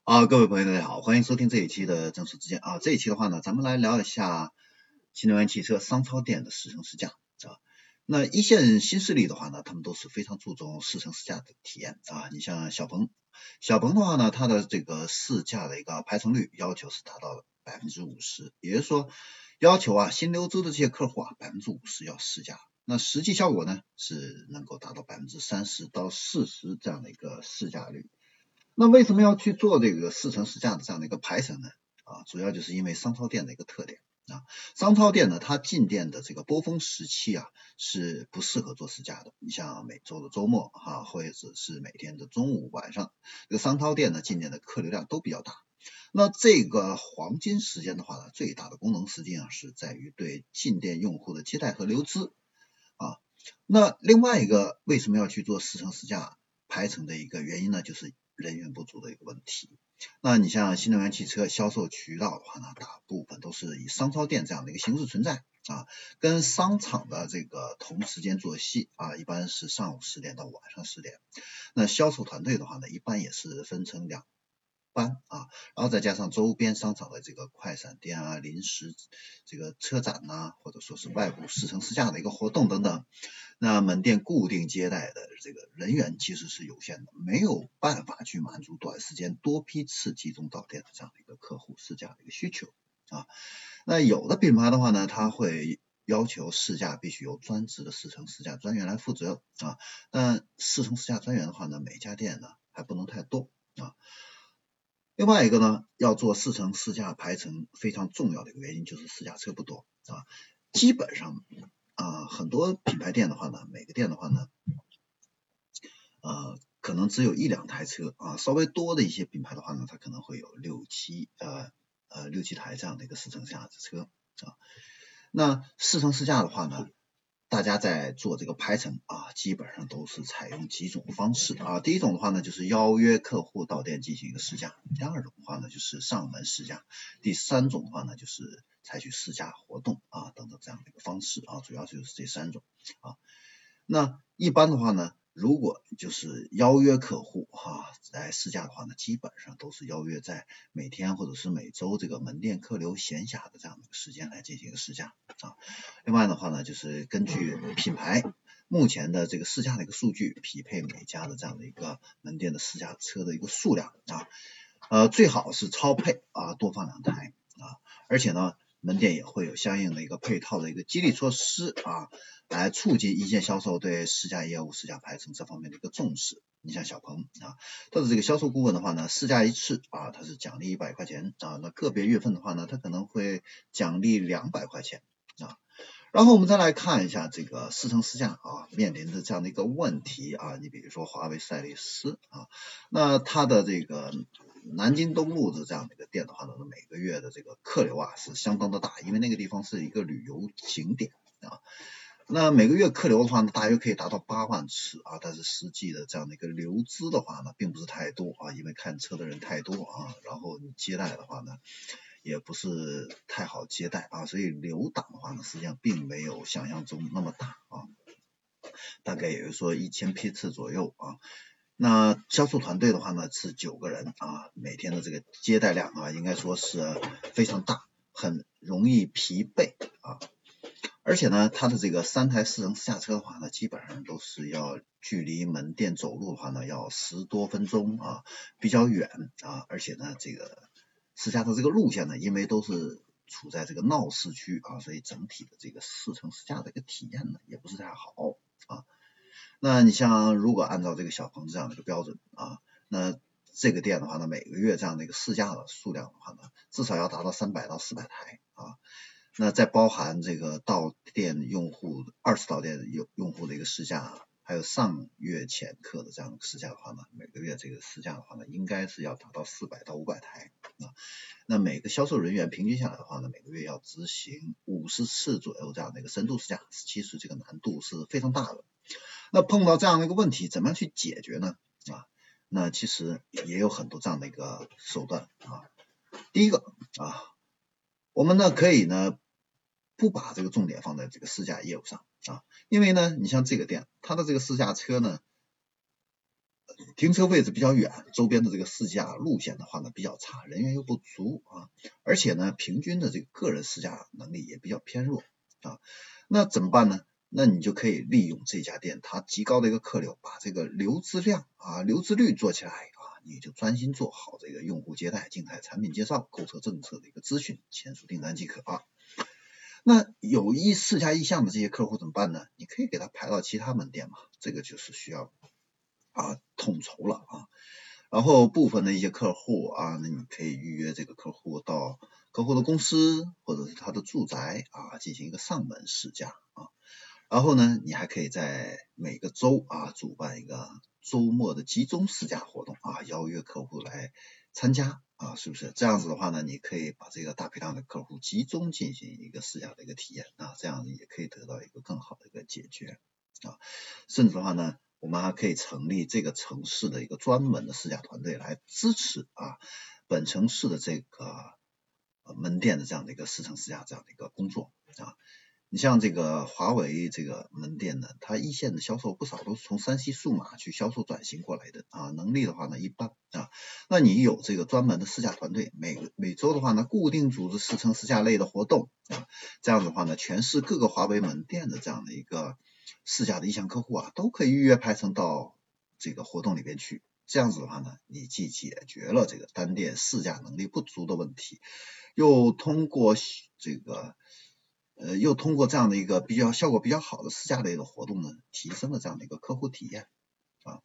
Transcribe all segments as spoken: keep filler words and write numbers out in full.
啊，各位朋友大家好，欢迎收听这一期的正说之见啊。这一期的话呢，咱们来聊一下新能源汽车商超店的试乘试驾啊。那一线新势力的话呢，他们都是非常注重试乘试驾的体验啊。你像小鹏，小鹏的话呢，它的这个试驾的一个排成率要求是达到百分之五十，也就是说要求啊新留资的这些客户啊百分之五十要试驾。那实际效果呢是能够达到百分之三十到四十这样的一个试驾率。那为什么要去做这个试乘试驾的这样的一个排程呢？啊，主要就是因为商超店的一个特点啊。商超店呢，它进店的这个高峰时期啊是不适合做试驾的。你像每周的周末哈、啊，或者是每天的中午晚上，这个商超店呢进店的客流量都比较大。那这个黄金时间的话呢，最大的功能实际上是在于对进店用户的接待和留资啊。那另外一个为什么要去做试乘试驾排程的一个原因呢，就是人员不足的一个问题。那你像新能源汽车销售渠道的话呢，大部分都是以商超店这样的一个形式存在啊，跟商场的这个同时间作息啊，一般是上午十点到晚上十点。那销售团队的话呢，一般也是分成两班啊，然后再加上周边商场的这个快闪店啊、临时这个车展呐、啊，或者说是外部试乘试驾的一个活动等等。那门店固定接待的这个人员其实是有限的，没有办法去满足短时间多批次集中到店的这样的一个客户试驾的一个需求啊。那有的品牌的话呢，它会要求试驾必须由专职的试乘试驾专员来负责啊。但试乘试驾专员的话呢，每家店呢还不能太多啊。另外一个呢，要做试乘试驾排程非常重要的一个原因就是试驾车不多啊，基本上啊很多品牌店的话呢，每个店的话呢，呃可能只有一两台车啊，稍微多的一些品牌的话呢，它可能会有六七呃呃六七台这样的一个试乘试驾的车啊。那试乘试驾的话呢，大家在做这个排程啊，基本上都是采用几种方式啊。第一种的话呢，就是邀约客户到店进行一个试驾；第二种的话呢，就是上门试驾；第三种的话呢，就是采取试驾活动啊等等这样的一个方式啊，主要就是这三种啊。那一般的话呢，如果就是邀约客户哈、啊、来试驾的话呢，基本上都是邀约在每天或者是每周这个门店客流闲暇的这样的一个时间来进行一个试驾啊。另外的话呢，就是根据品牌目前的这个试驾的一个数据，匹配每家的这样的一个门店的试驾车的一个数量啊，呃最好是超配啊，多放两台啊，而且呢，门店也会有相应的一个配套的一个激励措施啊，来促进一线销售对试驾业务、试驾排程这方面的一个重视。你像小鹏啊，它的这个销售顾问的话呢，试驾一次啊，它是奖励一百块钱啊，那个别月份的话呢，它可能会奖励两百块钱啊。然后我们再来看一下这个试乘试驾啊面临的这样的一个问题啊，你比如说华为赛力斯啊，那它的这个南京东路的这样的一个店的话呢，每个月的这个客流啊是相当的大，因为那个地方是一个旅游景点啊。那每个月客流的话呢，大约可以达到八万次啊，但是实际的这样的一个流资的话呢，并不是太多啊，因为看车的人太多啊，然后你接待的话呢，也不是太好接待啊，所以留档的话呢，实际上并没有想象中那么大啊，大概也就是说一千批次左右啊。那销售团队的话呢是九个人啊，每天的这个接待量啊，应该说是非常大，很容易疲惫啊。而且呢，它的这个三台试乘试驾车的话呢，基本上都是要距离门店走路的话呢，要十多分钟啊，比较远啊。而且呢，这个试驾的这个路线呢，因为都是处在这个闹市区啊，所以整体的这个试乘试驾的一个体验呢，也不是太好啊。那你像如果按照这个小鹏这样的一个标准啊，那这个店的话呢，每个月这样的一个试驾的数量的话呢，至少要达到三百到四百台啊。那再包含这个到店用户二次到店用用户的一个试驾，还有上月前客的这样的试驾的话呢，每个月这个试驾的话呢，应该是要达到四百到五百台啊。那每个销售人员平均下来的话呢，每个月要执行五十次左右这样的一个深度试驾，其实这个难度是非常大的。那碰到这样的一个问题，怎么样去解决呢？啊，那其实也有很多这样的一个手段啊。第一个啊，我们呢可以呢不把这个重点放在这个试驾业务上啊，因为呢，你像这个店，它的这个试驾车呢， 停车位置比较远，周边的这个试驾路线的话呢比较差，人员又不足啊，而且呢平均的这个个人试驾能力也比较偏弱啊，那怎么办呢？那你就可以利用这家店它极高的一个客流，把这个流资量啊流资率做起来啊，你就专心做好这个用户接待、静态产品介绍、购车政策的一个咨询，签署订单即可啊。那有意试驾意向的这些客户怎么办呢？你可以给他排到其他门店嘛，这个就是需要啊统筹了啊。然后部分的一些客户啊，那你可以预约这个客户到客户的公司或者是他的住宅啊进行一个上门试驾啊。然后呢，你还可以在每个周啊主办一个周末的集中试驾活动啊，邀约客户来参加啊，是不是？这样子的话呢，你可以把这个大批量的客户集中进行一个试驾的一个体验啊，这样也可以得到一个更好的一个解决啊。甚至的话呢，我们还可以成立这个城市的一个专门的试驾团队来支持啊本城市的这个门店的这样的一个试乘试驾这样的一个工作啊。你像这个华为这个门店呢，它一线的销售不少都是从 三 C 数码去销售转型过来的啊，能力的话呢一般啊。那你有这个专门的试驾团队，每个每周的话呢固定组织试乘试驾类的活动啊，这样的话呢，全市各个华为门店的这样的一个试驾的意向客户啊，都可以预约排程到这个活动里边去。这样子的话呢，你既解决了这个单店试驾能力不足的问题，又通过这个呃，又通过这样的一个比较效果比较好的试驾类的活动呢，提升了这样的一个客户体验啊。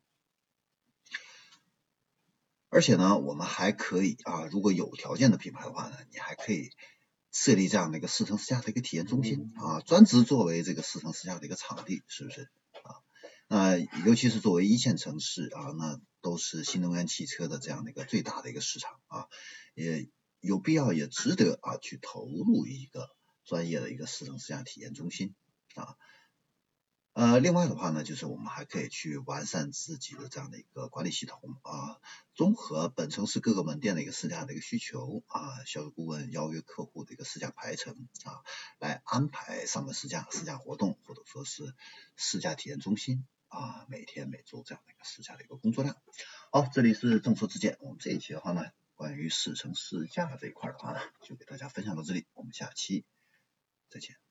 而且呢，我们还可以啊，如果有条件的品牌的话呢，你还可以设立这样的一个试乘试驾的一个体验中心啊，专职作为这个试乘试驾的一个场地，是不是啊？那尤其是作为一线城市啊，那都是新能源汽车的这样的一个最大的一个市场啊，也有必要也值得啊去投入一个专业的一个试乘试驾体验中心啊。呃，另外的话呢，就是我们还可以去完善自己的这样的一个管理系统啊，综合本城市各个门店的一个试驾的一个需求啊，销售顾问邀约客户的一个试驾排程啊，来安排上门试驾、试驾活动，或者说是试驾体验中心啊，每天每周这样的一个试驾的一个工作量。好，这里是众说之见，我们这一期的话呢，关于试乘试驾这一块的话呢，就给大家分享到这里，我们下期再见。